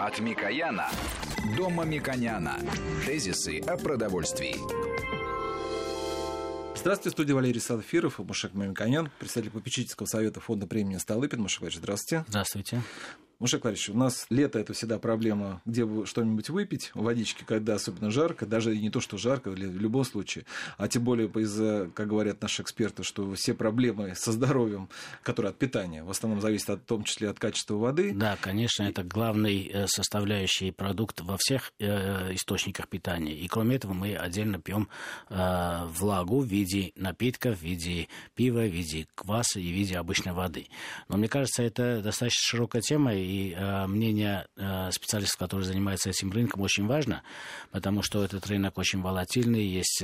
От Микояна до Мамиконяна. Тезисы о продовольствии. Здравствуйте, в студии Валерий Сафиров и Мушек Мамиконян, председатель попечительского совета фонда премии Столыпин. Мушек Валерьевич, здравствуйте. Здравствуйте. Мушек Валерьевич, у нас лето – это всегда проблема, где вы что-нибудь выпить, водички, когда особенно жарко, даже не то, что жарко, в любом случае, а тем более из-за, как говорят наши эксперты, что все проблемы со здоровьем, которые от питания, в основном зависят в том числе от качества воды. Да, конечно, это главный составляющий продукт во всех источниках питания. И кроме этого мы отдельно пьем влагу в виде напитков, в виде пива, в виде кваса и в виде обычной воды. Но мне кажется, это достаточно широкая тема, и мнение специалистов, которые занимаются этим рынком, очень важно, потому что этот рынок очень волатильный, есть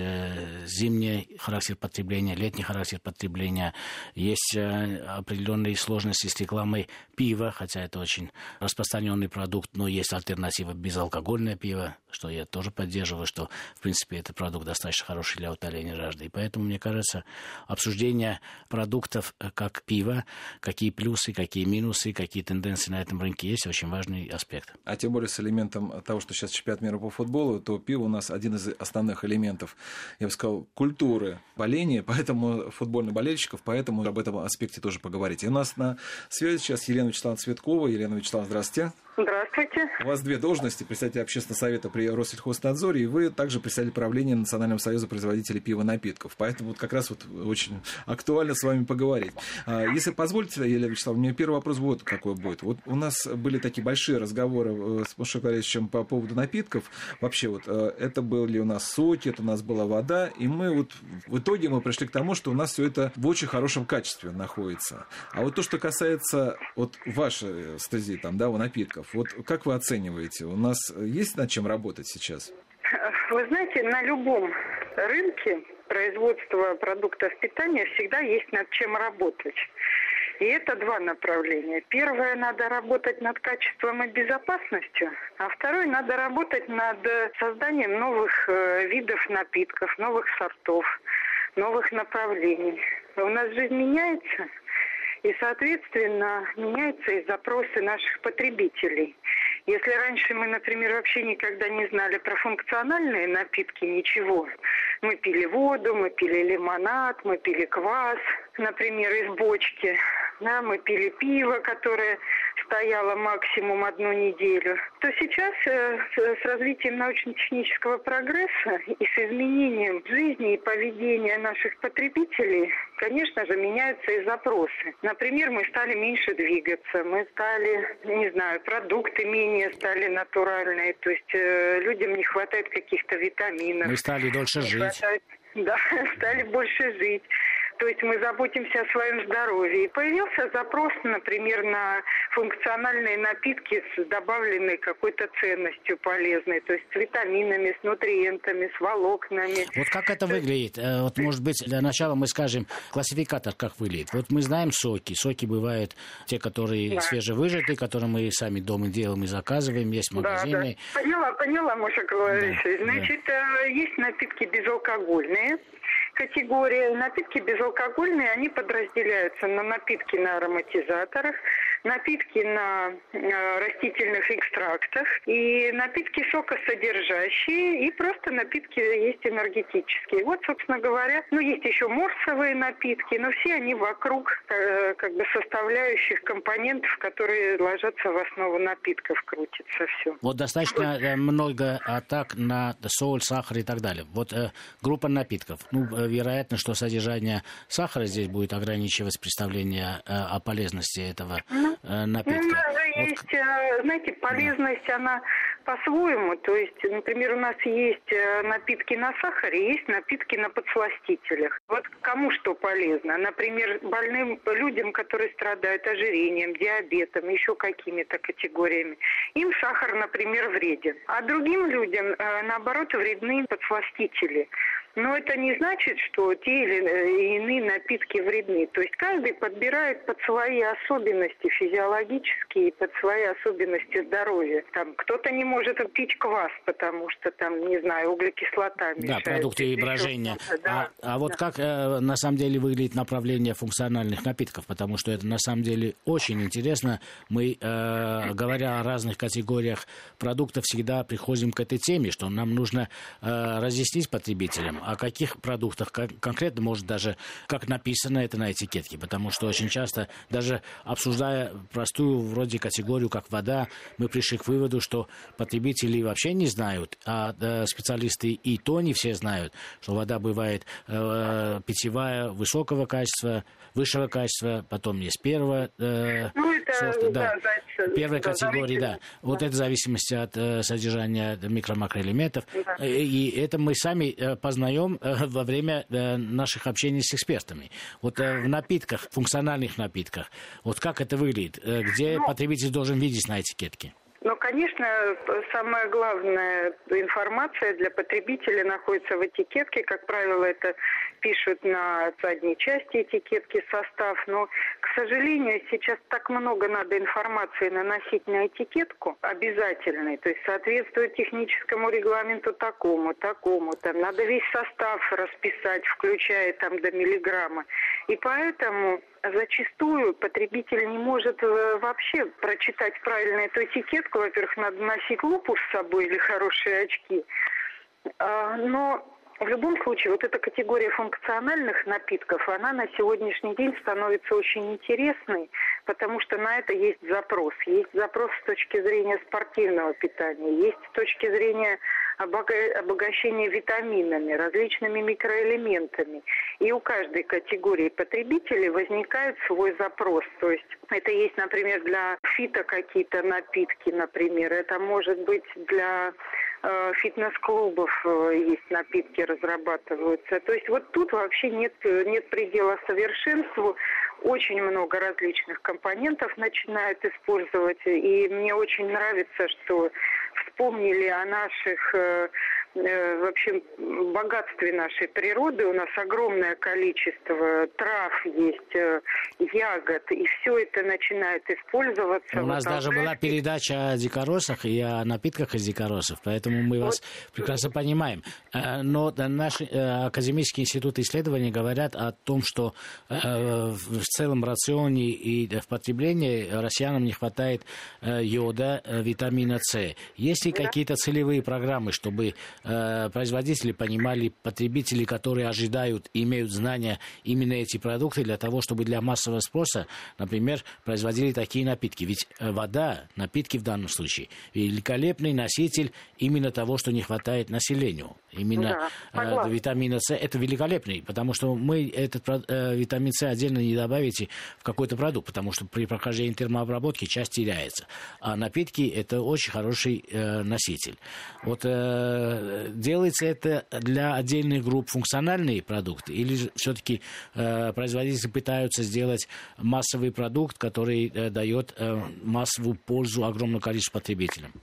зимний характер потребления, летний характер потребления, есть определенные сложности с рекламой пива, хотя это очень распространенный продукт, но есть альтернатива безалкогольное пиво, что я тоже поддерживаю, что, в принципе, этот продукт достаточно хороший для утоления жажды. И поэтому, мне кажется, обсуждение продуктов как пиво, какие плюсы, какие минусы, какие тенденции на этом рынке есть, очень важный аспект. А тем более с элементом того, что сейчас чемпионат мира по футболу, то пиво у нас один из основных элементов, я бы сказал, культуры боления, поэтому футбольных болельщиков, поэтому об этом аспекте тоже поговорить. И у нас на связи сейчас Елена Вячеславовна Цветкова. Елена Вячеславовна, здравствуйте. Здравствуйте. У вас две должности: председатель общественного совета при Россельхознадзоре, и вы также председатель правления Национального союза производителей пива и напитков. Поэтому вот как раз вот очень актуально с вами поговорить. Если позволите, Елена Вячеславовна, у меня первый вопрос вот какой будет. Вот у нас были такие большие разговоры с Мушек Валерьевичем по поводу напитков. Вообще вот это были у нас соки, это у нас была вода, и мы вот в итоге мы пришли к тому, что у нас все это в очень хорошем качестве находится. А вот то, что касается вот вашей стези, там, да, у напитков, вот как вы оцениваете? У нас есть над чем работать сейчас? Вы знаете, на любом рынке производства продуктов питания всегда есть над чем работать. И это два направления. Первое, надо работать над качеством и безопасностью, а второе, надо работать над созданием новых видов напитков, новых сортов, новых направлений. У нас жизнь меняется, и, соответственно, меняются и запросы наших потребителей. Если раньше мы, например, вообще никогда не знали про функциональные напитки, ничего. Мы пили воду, мы пили лимонад, мы пили квас, например, из бочки. Да, мы пили пиво, которое стояло максимум 1 неделю. То сейчас с развитием научно-технического прогресса и с изменением жизни и поведения наших потребителей, конечно же, меняются и запросы. Например, мы стали меньше двигаться, мы стали, не знаю, продукты менее стали натуральные, то есть людям не хватает каких-то витаминов. Мы стали дольше жить. Да, стали больше жить. То есть мы заботимся о своем здоровье. И появился запрос, например, на функциональные напитки с добавленной какой-то ценностью полезной, то есть с витаминами, с нутриентами, с волокнами. Вот как это выглядит? Вот, может быть, для начала мы скажем классификатор, как выглядит. Вот мы знаем соки. Соки бывают те, которые свежевыжатые, которые мы сами дома делаем и заказываем, есть магазины. Да. Поняла, Мушек Валерьевич. Да, значит, есть напитки безалкогольные. Категория. Напитки безалкогольные, они подразделяются на напитки на ароматизаторах, напитки на растительных экстрактах и напитки сокосодержащие, и просто напитки есть энергетические. Вот, собственно говоря, есть еще морсовые напитки, но все они вокруг как бы составляющих компонентов, которые ложатся в основу напитков, крутится все. Вот достаточно много атак на соль, сахар и так далее. Вот группа напитков. Вероятно, что содержание сахара здесь будет ограничивать представление о полезности этого напитка. Есть, знаете, полезность, она по-своему. То есть, например, у нас есть напитки на сахаре, есть напитки на подсластителях. Вот кому что полезно. Например, больным людям, которые страдают ожирением, диабетом, еще какими-то категориями, им сахар, например, вреден. А другим людям, наоборот, вредны подсластители. Но это не значит, что те или иные напитки вредны. То есть каждый подбирает под свои особенности физиологические, под свои особенности здоровья. Там кто-то не может пить квас, потому что там, не знаю, углекислота мешает. Да, продукты брожения. Да, вот как на самом деле выглядит направление функциональных напитков? Потому что это на самом деле очень интересно. Мы, говоря о разных категориях продуктов, всегда приходим к этой теме, что нам нужно разъяснить потребителям, о каких продуктах конкретно, может, даже как написано это на этикетке, потому что очень часто, даже обсуждая простую вроде категорию, как вода, мы пришли к выводу, что потребители вообще не знают, а специалисты и то не все знают, что вода бывает питьевая высокого качества, высшего качества, потом есть первого сорта, первой категории, да. Вот это в зависимости от содержания микро-макроэлементов. Да. И это мы сами познаем во время наших общений с экспертами. Вот в напитках, функциональных напитках, вот как это выглядит? Где потребитель должен видеть на этикетке? Ну, конечно, самая главная информация для потребителя находится в этикетке. Как правило, это пишут на задней части этикетки состав. Но, к сожалению, сейчас так много надо информации наносить на этикетку обязательной. То есть соответствует техническому регламенту такому. Там надо весь состав расписать, включая там до миллиграмма. И поэтому зачастую потребитель не может вообще прочитать правильно эту этикетку. Во-первых, надо носить лупу с собой или хорошие очки. Но в любом случае, вот эта категория функциональных напитков, она на сегодняшний день становится очень интересной, потому что на это есть запрос. Есть запрос с точки зрения спортивного питания, есть с точки зрения обогащения витаминами, различными микроэлементами. И у каждой категории потребителей возникает свой запрос. То есть это есть, например, для фито какие-то напитки, например. Это может быть для фитнес-клубов есть напитки, разрабатываются. То есть вот тут вообще нет предела совершенству. Очень много различных компонентов начинают использовать. И мне очень нравится, что вспомнили о наших вообще богатстве нашей природы. У нас огромное количество трав есть, ягод, и все это начинает использоваться. У нас даже была передача о дикоросах и о напитках из дикоросов, поэтому мы вас прекрасно понимаем. Но наши академические институты исследований говорят о том, что в целом рационе и в потреблении россиянам не хватает йода, витамина С. Есть ли какие-то целевые программы, чтобы производители понимали, потребители, которые ожидают и имеют знания именно эти продукты, для того, чтобы для массового спроса, например, производили такие напитки? Ведь вода, напитки в данном случае, великолепный носитель именно того, что не хватает населению. Именно витамина С. Это великолепный, потому что мы этот витамин С отдельно не добавите в какой-то продукт, потому что при прохождении термообработки часть теряется. А напитки – это очень хороший носитель. Вот делается это для отдельных групп функциональные продукты, или все-таки производители пытаются сделать массовый продукт, который дает массовую пользу огромному количеству потребителям?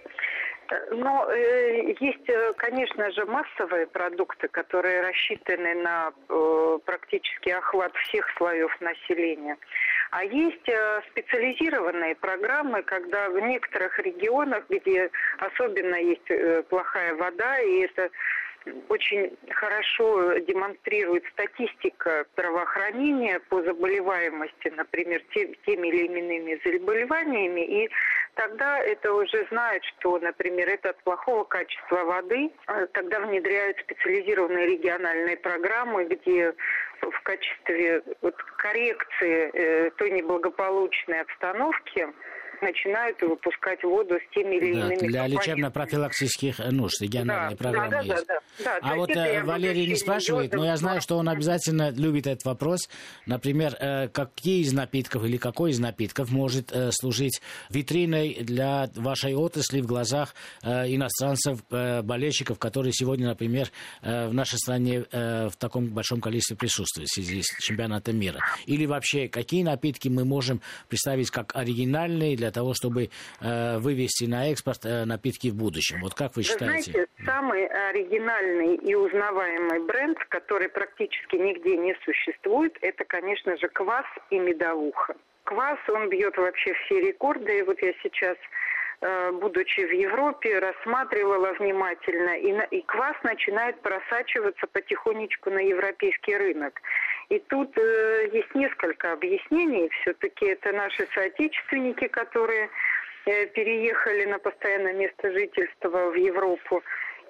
Но есть, конечно же, массовые продукты, которые рассчитаны на практически охват всех слоев населения. А есть специализированные программы, когда в некоторых регионах, где особенно есть плохая вода, и это очень хорошо демонстрирует статистика здравоохранения по заболеваемости, например, теми или иными заболеваниями, и тогда это уже знают, что, например, это от плохого качества воды, тогда внедряют специализированные региональные программы, где в качестве коррекции той неблагополучной обстановки начинают выпускать воду с теми или иными компонентами. Для лечебно-профилактических нужд региональные программы есть. А вот Валерий не спрашивает, но я знаю, что он обязательно любит этот вопрос. Например, какие из напитков или какой из напитков может служить витриной для вашей отрасли в глазах иностранцев, болельщиков, которые сегодня, например, в нашей стране в таком большом количестве присутствуют в связи с чемпионатом мира? Или вообще, какие напитки мы можем представить как оригинальные для для того, чтобы вывести на экспорт напитки в будущем? Вот как вы считаете? Знаете, самый оригинальный и узнаваемый бренд, который практически нигде не существует, это, конечно же, квас и медовуха. Квас, он бьет вообще все рекорды, и вот я сейчас, будучи в Европе, рассматривала внимательно, и квас начинает просачиваться потихонечку на европейский рынок. И тут есть несколько объяснений. Все-таки это наши соотечественники, которые переехали на постоянное место жительства в Европу.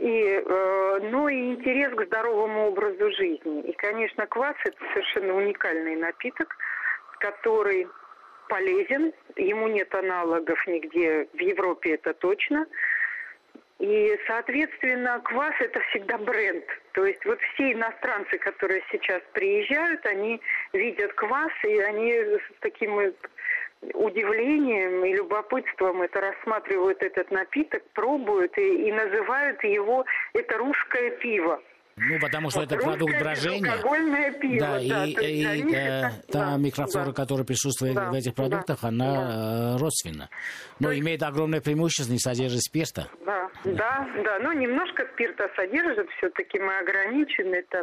Ну и интерес к здоровому образу жизни. И, конечно, квас – это совершенно уникальный напиток, который полезен. Ему нет аналогов нигде в Европе, это точно. И, соответственно, квас – это всегда бренд. То есть вот все иностранцы, которые сейчас приезжают, они видят квас, и они с таким удивлением и любопытством это рассматривают этот напиток, пробуют и называют его «это русское пиво». Ну, потому что это продукт брожения. Алкогольное пиво, да. И та микрофлора, которая присутствует в этих продуктах, она родственна. Но имеет огромное преимущество, не содержит спирта. Да. Ну, немножко спирта содержит, все-таки мы ограничены там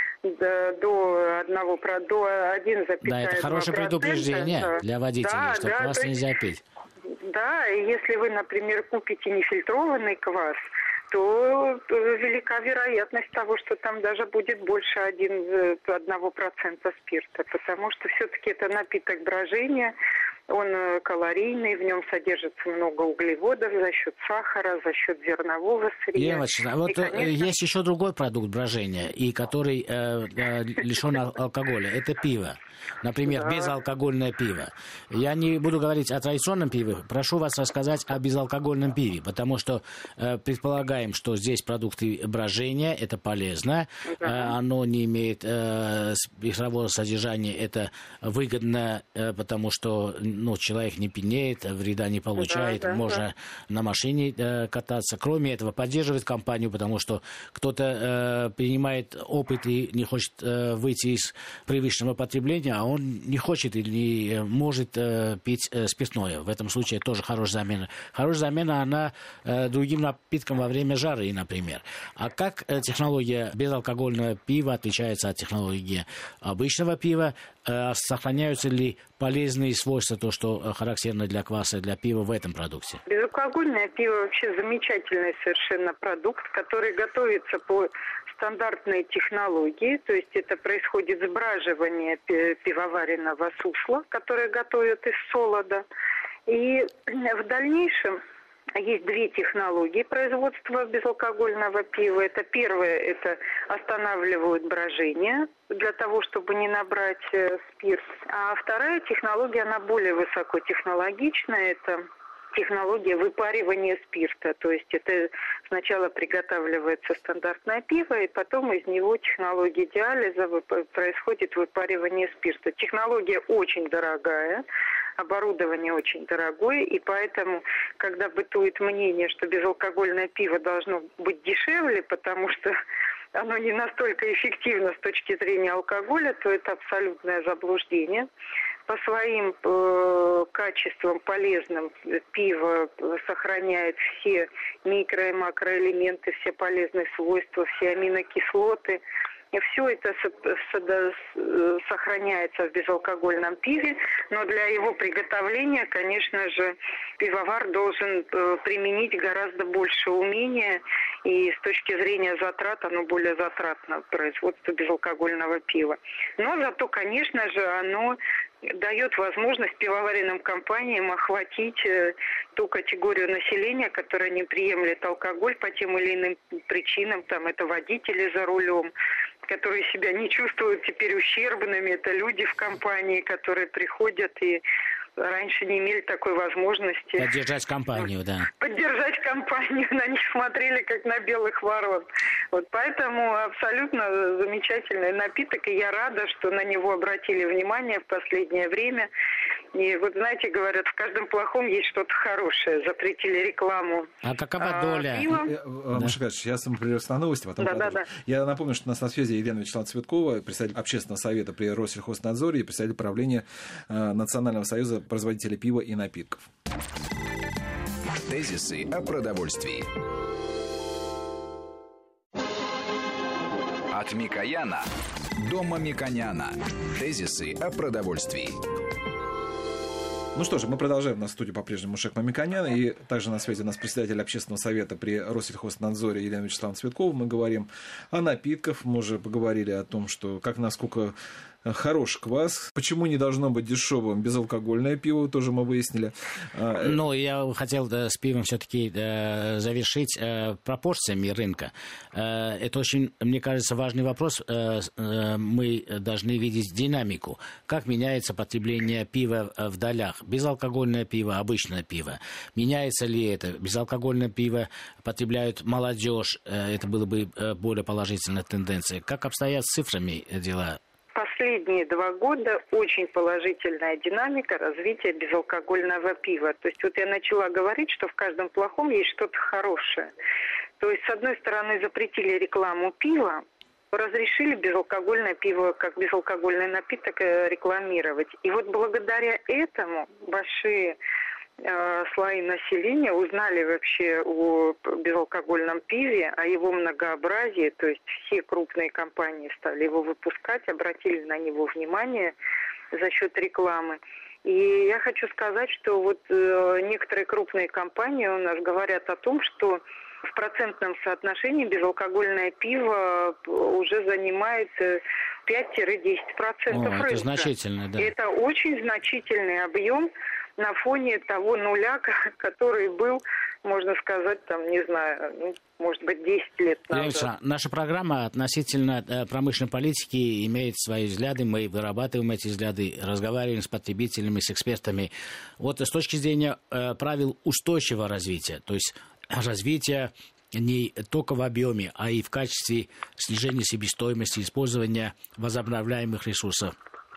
до 1,2%. Да, это хорошее предупреждение для водителей, что квас нельзя пить. Да, и если вы, например, купите нефильтрованный квас, то велика вероятность того, что там даже будет больше 1% спирта, потому что все-таки это напиток брожения, он калорийный, в нем содержится много углеводов за счет сахара, за счет зернового сырья. Елочка, вот конечно... есть еще другой продукт брожения, и который лишен алкоголя, это пиво. Например, безалкогольное пиво. Я не буду говорить о традиционном пиве, прошу вас рассказать о безалкогольном пиве, потому что предполагаем, что здесь продукты брожения, это полезно, оно не имеет спиртового содержания, это выгодно, потому что человек не пьянеет, вреда не получает, можно на машине кататься. Кроме этого, поддерживает компанию, потому что кто-то принимает опыт и не хочет выйти из привычного потребления, а он не хочет или не может пить спиртное. В этом случае тоже хорошая замена. Хорошая замена, она другим напиткам во время жары, например. А как технология безалкогольного пива отличается от технологии обычного пива? Сохраняются ли полезные свойства, то, что характерно для кваса и для пива в этом продукте? Безалкогольное пиво вообще замечательный совершенно продукт, который готовится по стандартной технологии, то есть это происходит сбраживание пивоваренного сусла, которое готовят из солода. И в дальнейшем есть две технологии производства безалкогольного пива. Это первое, это останавливают брожение для того, чтобы не набрать спирт. А вторая технология, она более высокотехнологичная, это технология выпаривания спирта. То есть это сначала приготавливается стандартное пиво, и потом из него технология диализа происходит выпаривание спирта. Технология очень дорогая, оборудование очень дорогое, и поэтому, когда бытует мнение, что безалкогольное пиво должно быть дешевле, потому что оно не настолько эффективно с точки зрения алкоголя, то это абсолютное заблуждение. По своим качествам полезным пиво сохраняет все микро- и макроэлементы, все полезные свойства, все аминокислоты. И все это сохраняется в безалкогольном пиве, но для его приготовления, конечно же, пивовар должен применить гораздо больше умения, и с точки зрения затрат оно более затратно, производство безалкогольного пива. Но зато, конечно же, оно дает возможность пивоваренным компаниям охватить ту категорию населения, которая не приемлет алкоголь по тем или иным причинам. Там это водители за рулем, которые себя не чувствуют теперь ущербными. Это люди в компании, которые приходят и раньше не имели такой возможности. Поддержать компанию, да. Поддержать компанию, на них смотрели как на белых ворон. Вот поэтому абсолютно замечательный напиток, и я рада, что на него обратили внимание в последнее время. И вот, знаете, говорят, в каждом плохом есть что-то хорошее. Запретили рекламу. А какова доля? Маша Ильич, сейчас мы прервемся на новости, потом продолжим. Я напомню, что у нас на связи Елена Вячеславовна Цветкова, председатель общественного совета при Россельхознадзоре и председатель правления Национального союза производителей пива и напитков. Тезисы о продовольствии. От Микояна до Мамиконяна. Тезисы о продовольствии. Ну что же, мы продолжаем. У нас в студии по-прежнему Мушек Мамиконян. И также на связи у нас председатель общественного совета при Россельхознадзоре Елена Вячеславовна Цветкова. Мы говорим о напитках. Мы уже поговорили о том, что насколько хорош квас. Почему не должно быть дешевым безалкогольное пиво, тоже мы выяснили. Но я хотел с пивом все-таки завершить пропорциями рынка. Это очень, мне кажется, важный вопрос. Мы должны видеть динамику. Как меняется потребление пива в долях? Безалкогольное пиво, обычное пиво. Меняется ли это? Безалкогольное пиво потребляют молодежь. Это было бы более положительная тенденция. Как обстоят с цифрами дела? Последние 2 года очень положительная динамика развития безалкогольного пива. То есть вот я начала говорить, что в каждом плохом есть что-то хорошее. То есть, с одной стороны, запретили рекламу пива, разрешили безалкогольное пиво как безалкогольный напиток рекламировать. И вот благодаря этому большие слои населения узнали вообще о безалкогольном пиве, о его многообразии, то есть все крупные компании стали его выпускать, обратили на него внимание за счет рекламы. И я хочу сказать, что вот некоторые крупные компании у нас говорят о том, что в процентном соотношении безалкогольное пиво уже занимает 5-10% рынка. Это значительно, да. Это очень значительный объем на фоне того нуля, который был, можно сказать, не знаю, может быть, 10 лет назад. Наша программа относительно промышленной политики имеет свои взгляды, мы вырабатываем эти взгляды, разговариваем с потребителями, с экспертами. Вот с точки зрения правил устойчивого развития, то есть развития не только в объеме, а и в качестве снижения себестоимости, использования возобновляемых ресурсов.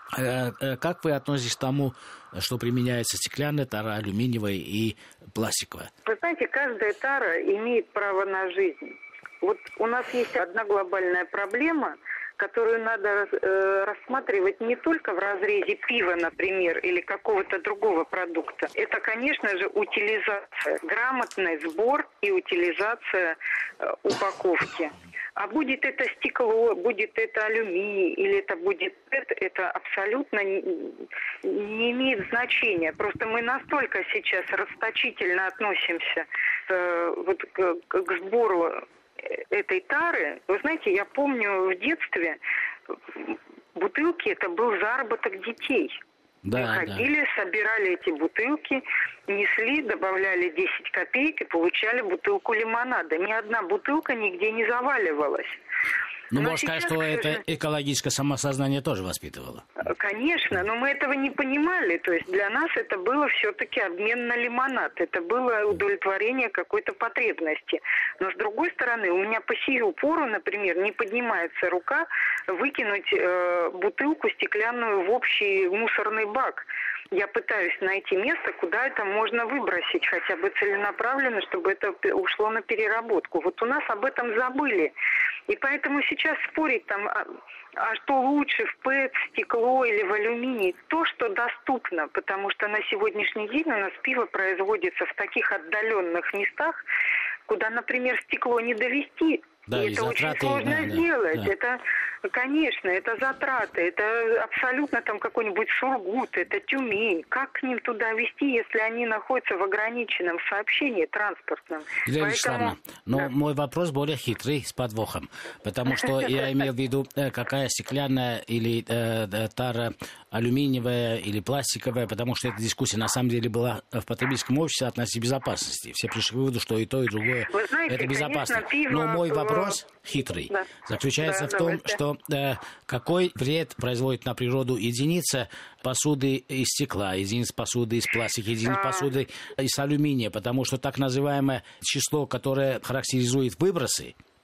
Как вы относитесь к тому, что применяется стеклянная тара, алюминиевая и пластиковая? Вы знаете, каждая тара имеет право на жизнь. Вот у нас есть одна глобальная проблема, которую надо рассматривать не только в разрезе пива, например, или какого-то другого продукта. Это, конечно же, утилизация, грамотный сбор и утилизация упаковки. А будет это стекло, будет это алюминий, или это будет это абсолютно не имеет значения. Просто мы настолько сейчас расточительно относимся к сбору этой тары. Вы знаете, я помню в детстве бутылки — это был заработок детей. Мы ходили, собирали эти бутылки, несли, добавляли 10 копеек и получали бутылку лимонада. Ни одна бутылка нигде не заваливалась. Ну, можно сказать, что это экологическое самосознание тоже воспитывало. Конечно, но мы этого не понимали. То есть для нас это было все-таки обмен на лимонад. Это было удовлетворение какой-то потребности. Но с другой стороны, у меня по сию пору, например, не поднимается рука выкинуть бутылку стеклянную в общий мусорный бак. Я пытаюсь найти место, куда это можно выбросить, хотя бы целенаправленно, чтобы это ушло на переработку. Вот у нас об этом забыли. И поэтому сейчас спорить а что лучше, в ПЭТ, в стекло или в алюминий, то, что доступно, потому что на сегодняшний день у нас пиво производится в таких отдаленных местах, куда, например, стекло не довести. Да, и это очень сложно сделать. Да. Это, конечно, это затраты, это абсолютно какой-нибудь Сургут, это Тюмень. Как к ним туда везти, если они находятся в ограниченном сообщении транспортном? Елена Вячеславовна, но мой вопрос более хитрый, с подвохом. Потому что я имел в виду, какая стеклянная или тара алюминиевая или пластиковая, потому что эта дискуссия на самом деле была в потребительском обществе относительно безопасности. Все пришли к выводу, что и то, и другое это безопасно. Но мой вопрос хитрый заключается в том, что какой вред производит на природу единица посуды из стекла, единица посуды из пластика, единица посуды из алюминия, потому что так называемое число, которое характеризует выбросы,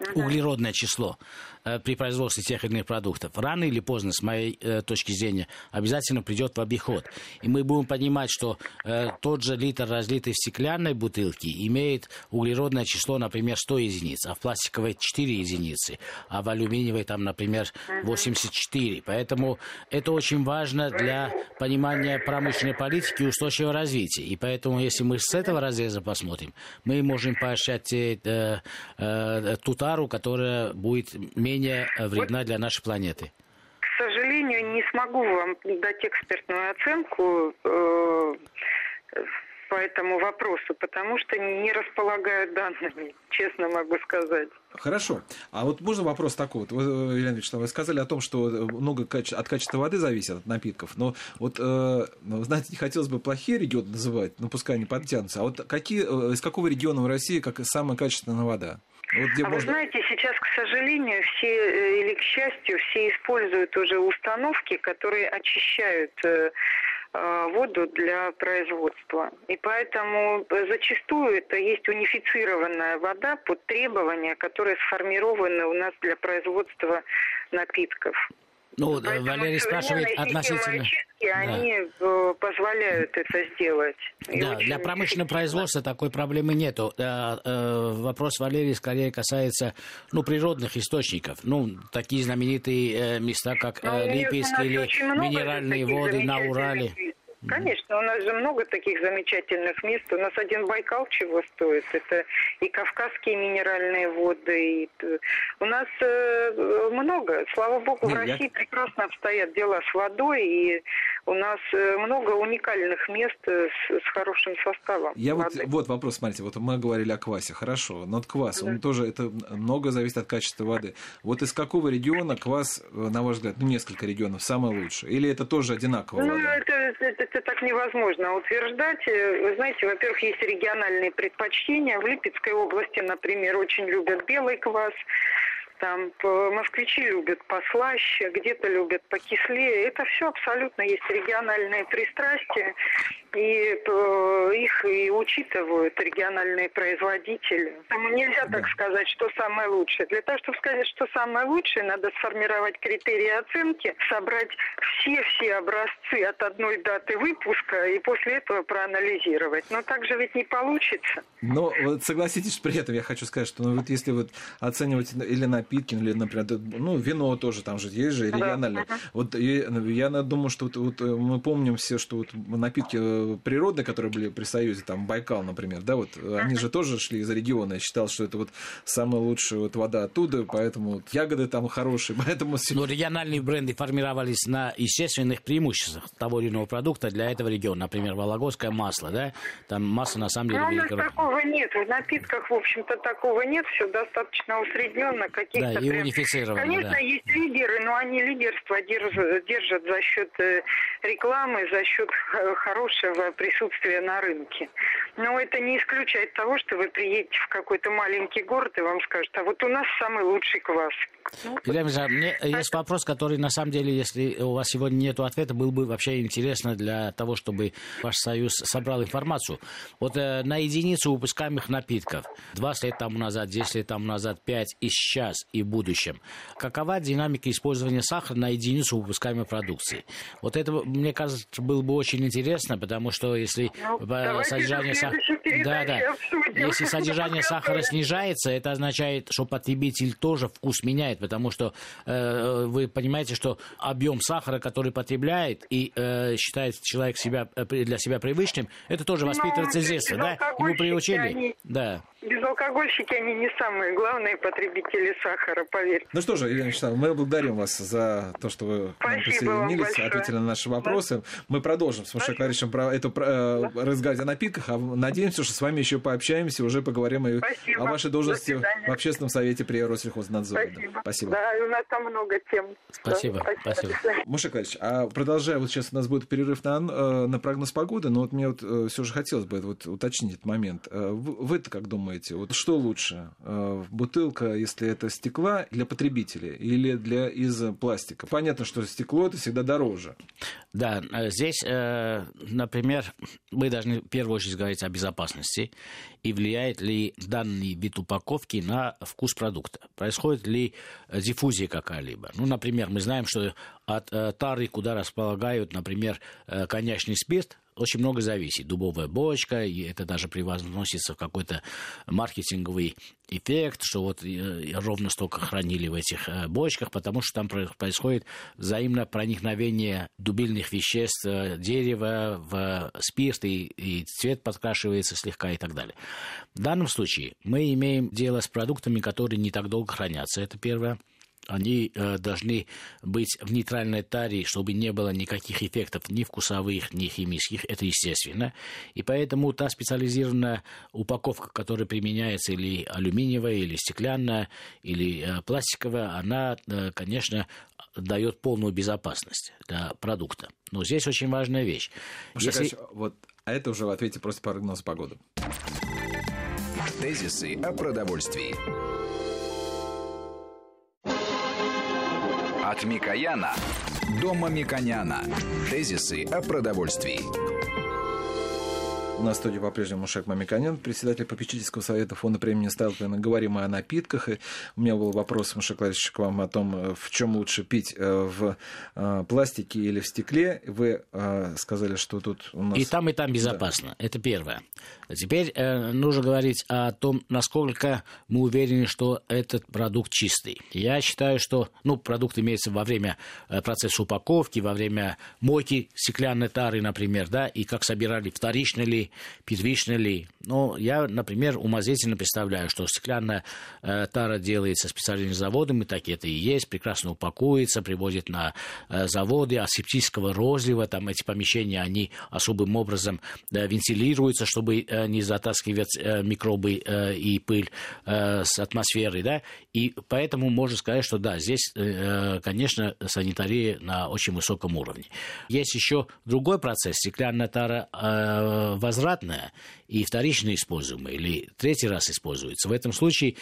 углеродное число при производстве тех или иных продуктов, рано или поздно, с моей точки зрения, обязательно придет в обиход. И мы будем понимать, что тот же литр, разлитый в стеклянной бутылке, имеет углеродное число, например, 100 единиц, а в пластиковой 4 единицы, а в алюминиевой, там, например, 84. Поэтому это очень важно для понимания промышленной политики и устойчивого развития. И поэтому, если мы с этого разреза посмотрим, мы можем поощрять ту тару, которая будет менее вредна для нашей планеты. К сожалению, не смогу вам дать экспертную оценку по этому вопросу, потому что не располагаю данными, честно могу сказать. Хорошо. А вот можно вопрос такой? Вот, Елена Вячеславовна, вы сказали о том, что много от качества воды зависит, от напитков. Но вот, знаете, не хотелось бы плохие регионы называть, но пускай они подтянутся. А вот из какого региона в России как самая качественная вода? Вот где вы знаете, сейчас, к сожалению, все, или к счастью, все используют уже установки, которые очищают воду для производства. И поэтому зачастую это есть унифицированная вода под требования, которые сформированы у нас для производства напитков. Ну, поэтому Валерий спрашивает относительно... Они позволяют это сделать. Да, для промышленного производства такой проблемы нету. Вопрос Валерий скорее касается природных источников. Такие знаменитые места, как Липецк или минеральные воды на Урале. Конечно, у нас же много таких замечательных мест. У нас один Байкал чего стоит. Это и Кавказские минеральные воды. У нас много. Слава богу, в России прекрасно обстоят дела с водой. И у нас много уникальных мест с хорошим составом. Вот вопрос, смотрите. Вот мы говорили о квасе. Хорошо. Но квас, он тоже, это много зависит от качества воды. Вот из какого региона квас, на ваш взгляд, несколько регионов, самый лучший? Или это тоже одинаково? Это так невозможно утверждать. Вы знаете, во-первых, есть региональные предпочтения. В Липецкой области, например, очень любят белый квас. Там москвичи любят послаще, где-то любят покислее. Это все абсолютно есть региональные пристрастия. И их и учитывают региональные производители. Там нельзя так сказать, что самое лучшее. Для того, чтобы сказать, что самое лучшее, надо сформировать критерии оценки, собрать все образцы от одной даты выпуска и после этого проанализировать. Но так же ведь не получится. Но вот согласитесь, при этом я хочу сказать, что вот если вот оценивать или напитки, или, например, вино тоже, там же есть же региональное. Да. Вот я думаю, что вот мы помним все, что вот напитки природные, которые были при Союзе, там Байкал, например, да, вот они же тоже шли из региона. Я считал, что это вот самая лучшая вот вода оттуда, поэтому вот ягоды там хорошие, поэтому... Но региональные бренды формировались на естественных преимуществах того или иного продукта для этого региона. Например, вологодское масло, да, там масло на самом деле... у нас такого нет, в напитках, в общем-то, такого нет, все достаточно усредненно, каких-то... Да, и унифицировано, конечно, есть лидеры, но они лидерство держат за счет рекламы, за счет хорошего присутствия на рынке. Но это не исключает того, что вы приедете в какой-то маленький город и вам скажут, а вот у нас самый лучший квас. Елена Ильинична, мне есть вопрос, который, на самом деле, если у вас сегодня нет ответа, был бы вообще интересно для того, чтобы ваш союз собрал информацию. Вот на единицу выпускаемых напитков 20 лет тому назад, 10 лет тому назад, 5 и сейчас, и в будущем. Какова динамика использования сахара на единицу выпускаемой продукции? Вот это, мне кажется, было бы очень интересно, потому что если содержание сахара... Если содержание сахара снижается, это означает, что потребитель тоже вкус меняет, потому что вы понимаете, что объем сахара, который потребляет и считает человек для себя привычным, это тоже воспитывается с детства, да? Ему приучили. Да. Безалкогольщики, они не самые главные потребители сахара, поверьте. Ну что же, Елена Вячеславовна, мы благодарим вас за то, что вы к нам присоединились, ответили на наши вопросы. Да. Мы продолжим с Мушей Кларичем разговаривать о напитках, а надеемся, что с вами еще пообщаемся, уже поговорим о вашей должности в Общественном совете при Россельхознадзоре. Спасибо. Да, у нас там много тем. Спасибо. Спасибо. Муша Кларич, а продолжая, вот сейчас у нас будет перерыв на прогноз погоды, но вот мне вот все же хотелось бы уточнить этот момент. Вы-то как думаете? скажите, вот что лучше? Бутылка, если это стекла, для потребителей или из пластика? Понятно, что стекло это всегда дороже. Да, здесь, например, мы должны в первую очередь говорить о безопасности и влияет ли данный вид упаковки на вкус продукта. Происходит ли диффузия какая-либо. Ну, например, мы знаем, что от тары, куда располагают, например, коньячный спирт, очень много зависит. Дубовая бочка, и это даже превозносится в какой-то маркетинговый эффект, что вот ровно столько хранили в этих бочках, потому что там происходит взаимное проникновение дубильных веществ дерева в спирт, и цвет подкрашивается слегка и так далее. В данном случае мы имеем дело с продуктами, которые не так долго хранятся, это первое. Они должны быть в нейтральной таре, чтобы не было никаких эффектов ни вкусовых, ни химических. Это естественно. И поэтому та специализированная упаковка, которая применяется, или алюминиевая, или стеклянная, или пластиковая, она, конечно, дает полную безопасность для продукта. Но здесь очень важная вещь. А это уже в ответе просто прогноз погоды. Тезисы о продовольствии. От Микояна до Мамиконяна. Тезисы о продовольствии. У нас в студии по-прежнему Мушек Мамиконян, председатель попечительского совета фонда премии Столыпина. Говорим о напитках. И у меня был вопрос, Мушек Владимирович, к вам о том, в чем лучше пить, в пластике или в стекле. Вы сказали, что тут у нас... И там безопасно. Да. Это первое. Теперь нужно говорить о том, насколько мы уверены, что этот продукт чистый. Я считаю, что продукт имеется во время процесса упаковки, во время мойки стеклянной тары, например, да, и как собирали, вторично ли, первично ли. Но я, например, умозрительно представляю, что стеклянная тара делается специальным заводом, и так это и есть, прекрасно упакуется, привозят на заводы асептического розлива, там эти помещения, они особым образом вентилируются, чтобы не затаскивать микробы и пыль с атмосферы, да, и поэтому можно сказать, что да, здесь, конечно, санитария на очень высоком уровне. Есть еще другой процесс, стеклянная тара возвратная и вторично используемая, или третий раз используется. В этом случае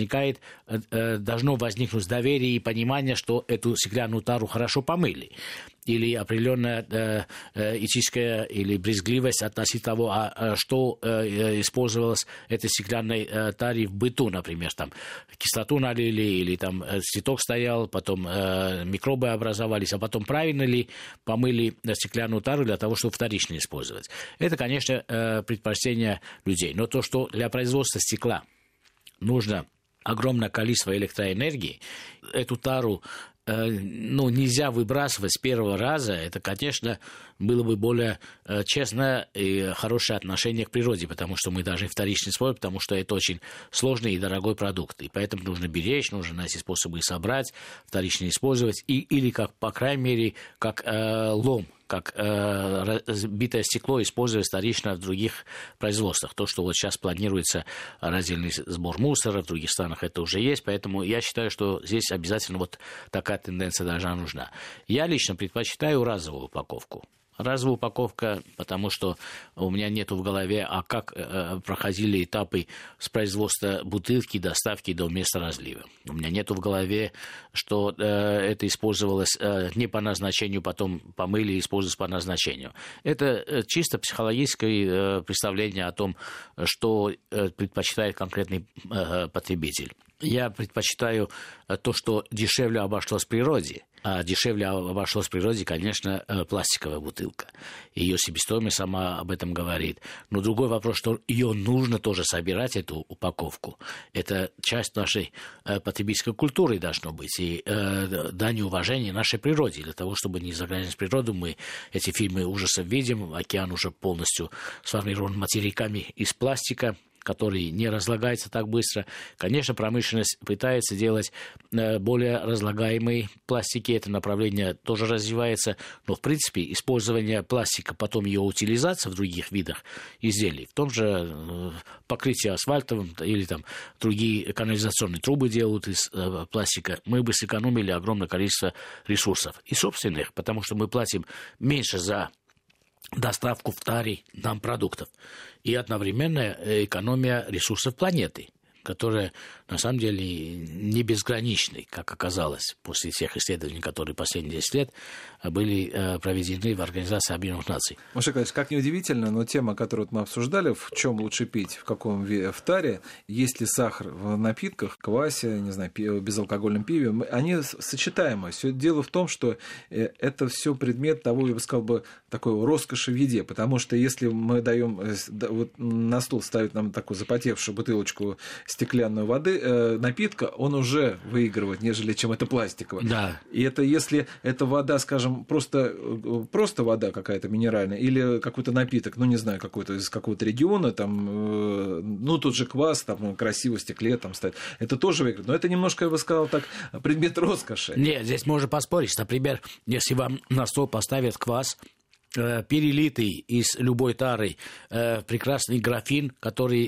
должно возникнуть доверие и понимание, что эту стеклянную тару хорошо помыли. Или определенная этическая или брезгливость относительно того, что использовалось этой стеклянной таре в быту, например, там кислоту налили, или там цветок стоял, потом микробы образовались, а потом правильно ли помыли стеклянную тару для того, чтобы вторично использовать. Это, конечно, предпочтение людей. Но то, что для производства стекла нужно огромное количество электроэнергии, эту тару нельзя выбрасывать с первого раза, это, конечно, было бы более честное и хорошее отношение к природе, потому что мы должны вторично использовать, потому что это очень сложный и дорогой продукт. И поэтому нужно беречь, нужно найти способы собрать, вторично использовать, или, как, по крайней мере, как лом, как битое стекло использовать вторично в других производствах. То, что вот сейчас планируется раздельный сбор мусора, в других странах это уже есть, поэтому я считаю, что здесь обязательно вот такая тенденция должна нужна. Я лично предпочитаю разовую упаковку. Разовая упаковка, потому что у меня нету в голове, как проходили этапы с производства бутылки, доставки до места разлива. У меня нету в голове, что это использовалось не по назначению, потом помыли и использовалось по назначению. Это чисто психологическое представление о том, что предпочитает конкретный потребитель. Я предпочитаю то, что дешевле обошлось природе. А дешевле обошлось в природе, конечно, пластиковая бутылка. Ее себестоимость сама об этом говорит. Но другой вопрос, что ее нужно тоже собирать, эту упаковку. Это часть нашей потребительской культуры должно быть. И дань уважения нашей природе. Для того, чтобы не загрязнять природу, мы эти фильмы ужасов видим. Океан уже полностью сформирован материками из пластика, который не разлагается так быстро. Конечно, промышленность пытается делать более разлагаемые пластики. Это направление тоже развивается. Но, в принципе, использование пластика, потом ее утилизация в других видах изделий, в том же покрытии асфальтовым или там другие канализационные трубы делают из пластика, мы бы сэкономили огромное количество ресурсов. И собственных, потому что мы платим меньше за доставку в таре нам продуктов. И одновременно экономия ресурсов планеты, которая на самом деле не безграничной, как оказалось, после всех исследований, которые последние 10 лет были проведены в Организации Объединенных Наций. Маша Николаевич, как неудивительно, но тема, которую мы обсуждали, в чем лучше пить, в каком в таре, есть ли сахар в напитках, квасе, не знаю, безалкогольном пиве, они сочетаемы. Все дело в том, что это все предмет того, я бы сказал бы, такой роскоши в еде, потому что если мы даем вот на стол ставить нам такую запотевшую бутылочку стеклянной воды, напитка, он уже выигрывает, нежели чем это пластиковая. Да. И это если это вода, скажем, просто вода какая-то минеральная или какой-то напиток, ну, не знаю, какой-то из какого-то региона, там, ну, тот же квас, там, красиво в стекле там стоит, это тоже выигрывает. Но это немножко, я бы сказал так, предмет роскоши. Нет, здесь можно поспорить. Например, если вам на стол поставят квас, перелитый из любой тары, прекрасный графин, который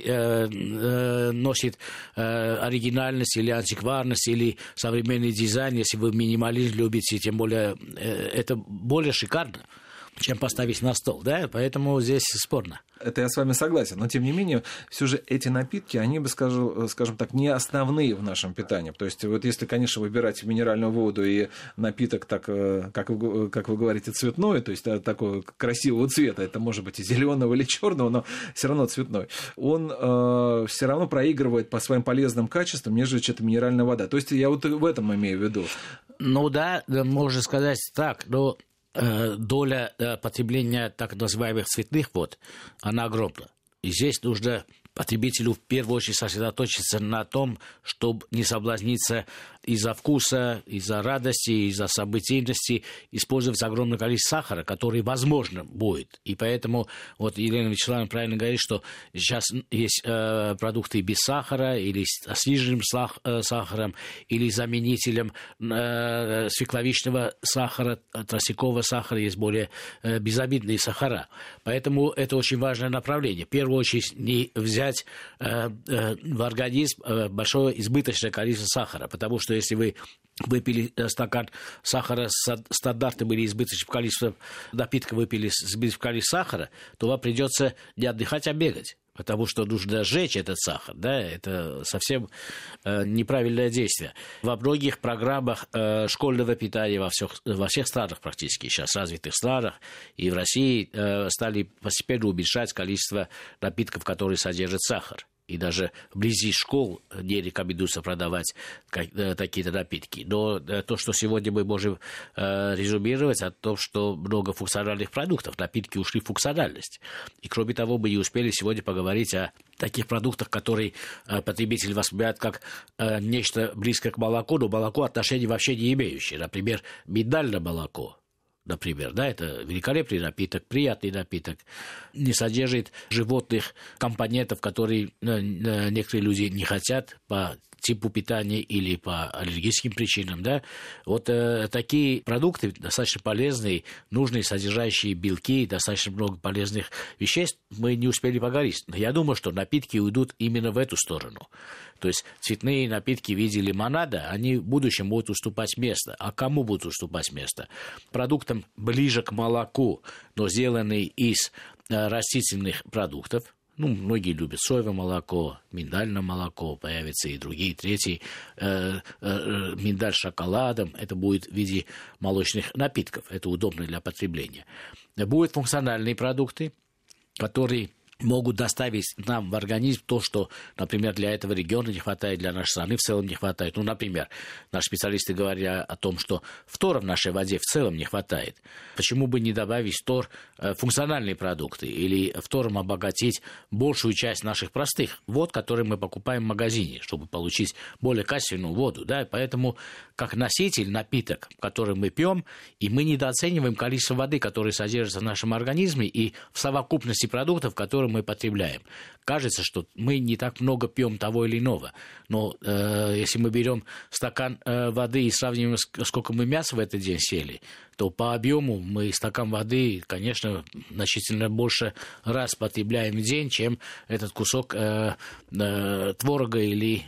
носит оригинальность или антикварность, или современный дизайн, если вы минимализм любите, тем более это более шикарно, чем поставить на стол, да, поэтому здесь спорно. Это я с вами согласен, но тем не менее, все же эти напитки, они бы, скажем так, не основные в нашем питании. То есть, вот если, конечно, выбирать минеральную воду и напиток, так, как вы говорите, цветной, то есть такого красивого цвета, это может быть и зеленого или черного, но все равно цветной, он все равно проигрывает по своим полезным качествам, нежели чем это минеральная вода. То есть, я вот в этом имею в виду. Ну да, можно сказать так, но доля потребления так называемых цветных вод, она огромна. И здесь нужно потребителю в первую очередь сосредоточиться на том, чтобы не соблазниться из-за вкуса, из-за радости, из-за событийности, использовать огромное количество сахара, который, возможно, будет. И поэтому, вот Елена Вячеславовна правильно говорит, что сейчас есть продукты без сахара, или с сниженным сахаром, или заменителем свекловичного сахара, тростникового сахара, есть более безобидные сахара. Поэтому это очень важное направление. В первую очередь, не взять в организм большое избыточное количество сахара, потому что если вы выпили стакан сахара с стандартным или избыточным количеством напитка, выпили с избыточным количеством сахара, то вам придется не отдыхать, а бегать. Потому что нужно сжечь этот сахар, да, это совсем неправильное действие. Во многих программах школьного питания во всех странах практически, сейчас развитых странах и в России, стали постепенно уменьшать количество напитков, которые содержат сахар. И даже вблизи школ не рекомендуется продавать такие-то напитки. Но то, что сегодня мы можем резюмировать, о том, что много функциональных продуктов, напитки ушли в функциональность. И кроме того, мы не успели сегодня поговорить о таких продуктах, которые потребитель воспринимает как нечто близкое к молоку, но молоко отношения вообще не имеющее. Например, миндальное молоко. Например, да, это великолепный напиток, приятный напиток, не содержит животных компонентов, которые некоторые люди не хотят по типу питания или по аллергическим причинам, да. Вот такие продукты достаточно полезные, нужные, содержащие белки, достаточно много полезных веществ, мы не успели поговорить. Но я думаю, что напитки уйдут именно в эту сторону. То есть цветные напитки в виде лимонада, они в будущем будут уступать место. А кому будут уступать место? Продуктам ближе к молоку, но сделанные из растительных продуктов. Ну, многие любят соевое молоко, миндальное молоко, появятся и другие, третьи. Миндаль с шоколадом, это будет в виде молочных напитков, это удобно для потребления. Будут функциональные продукты, которые могут доставить нам в организм то, что, например, для этого региона не хватает, для нашей страны в целом не хватает. Ну, например, наши специалисты говорят о том, что фтора в нашей воде в целом не хватает. Почему бы не добавить фтор функциональные продукты или фтором обогатить большую часть наших простых вод, которые мы покупаем в магазине, чтобы получить более качественную воду, да? Поэтому как носитель, напиток, который мы пьем, и мы недооцениваем количество воды, которое содержится в нашем организме, и в совокупности продуктов, которые мы потребляем. Кажется, что мы не так много пьем того или иного. Но если мы берем стакан воды и сравниваем, сколько мы мяса в этот день съели, то по объему мы стакан воды, конечно, значительно больше раз потребляем в день, чем этот кусок творога или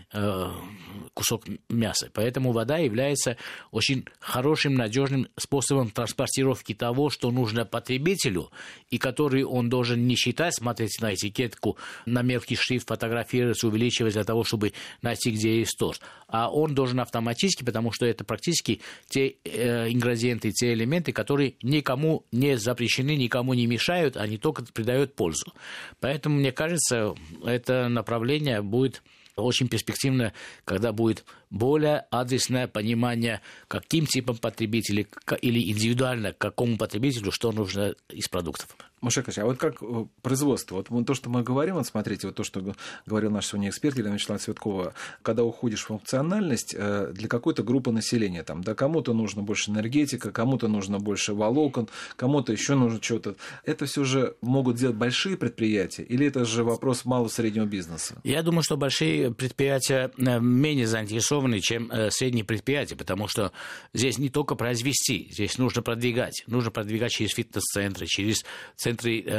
кусок мяса. Поэтому вода является очень хорошим, надежным способом транспортировки того, что нужно потребителю, и который он должен не считать, смотреть на этикетку, на мелкий шрифт, фотографировать, увеличивать для того, чтобы найти, где есть торт. А он должен автоматически, потому что это практически те ингредиенты, те элементы, которые никому не запрещены, никому не мешают, они только придают пользу. Поэтому, мне кажется, это направление будет очень перспективно, когда будет более адресное понимание, каким типом потребителей или индивидуально какому потребителю что нужно из продуктов. Мушек Ильич, а вот как производство? Вот то, что мы говорим, вот смотрите, вот то, что говорил наш сегодня эксперт Елена Вячеславовна Цветкова, когда уходишь в функциональность для какой-то группы населения, там, да, кому-то нужно больше энергетика, кому-то нужно больше волокон, кому-то еще нужно что-то. Это все же могут делать большие предприятия, или это же вопрос малого-среднего бизнеса? Я думаю, что большие предприятия менее заинтересованы, чем средние предприятия, потому что здесь не только произвести, здесь нужно продвигать. Нужно продвигать через фитнес-центры, через центры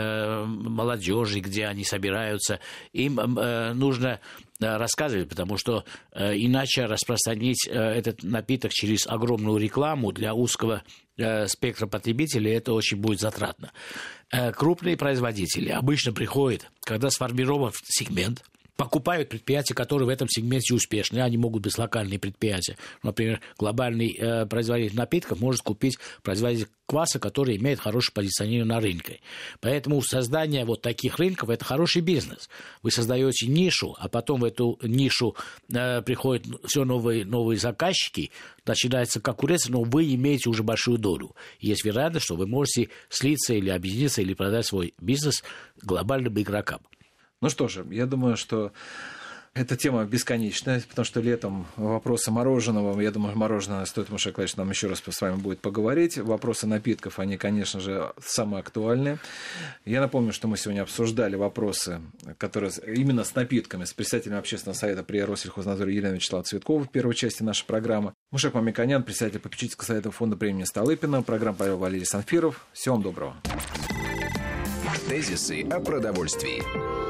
молодежи, где они собираются. Им нужно рассказывать, потому что иначе распространить этот напиток через огромную рекламу для узкого спектра потребителей, это очень будет затратно. Крупные производители обычно приходят, когда сформирован сегмент, покупают предприятия, которые в этом сегменте успешны. Они могут быть локальные предприятия. Например, глобальный производитель напитков может купить производитель кваса, который имеет хорошее позиционирование на рынке. Поэтому создание вот таких рынков – это хороший бизнес. Вы создаете нишу, а потом в эту нишу приходят все новые заказчики, начинается конкуренция, но вы имеете уже большую долю. Есть вероятность, что вы можете слиться или объединиться, или продать свой бизнес глобальным игрокам. Ну что же, я думаю, что эта тема бесконечная, потому что летом вопросы мороженого, я думаю, мороженое стоит, Мушек Николаевич, нам еще раз с вами будет поговорить. Вопросы напитков, они, конечно же, самые актуальные. Я напомню, что мы сегодня обсуждали вопросы, которые именно с напитками, с председателем общественного совета при Россельхознадзоре Еленой Вячеславовной Цветковой в первой части нашей программы. Мушек Мамиканян, председатель попечительского совета фонда премии Столыпина, программа Павел Валерий Санфиров. Всего вам доброго. Тезисы о продовольствии.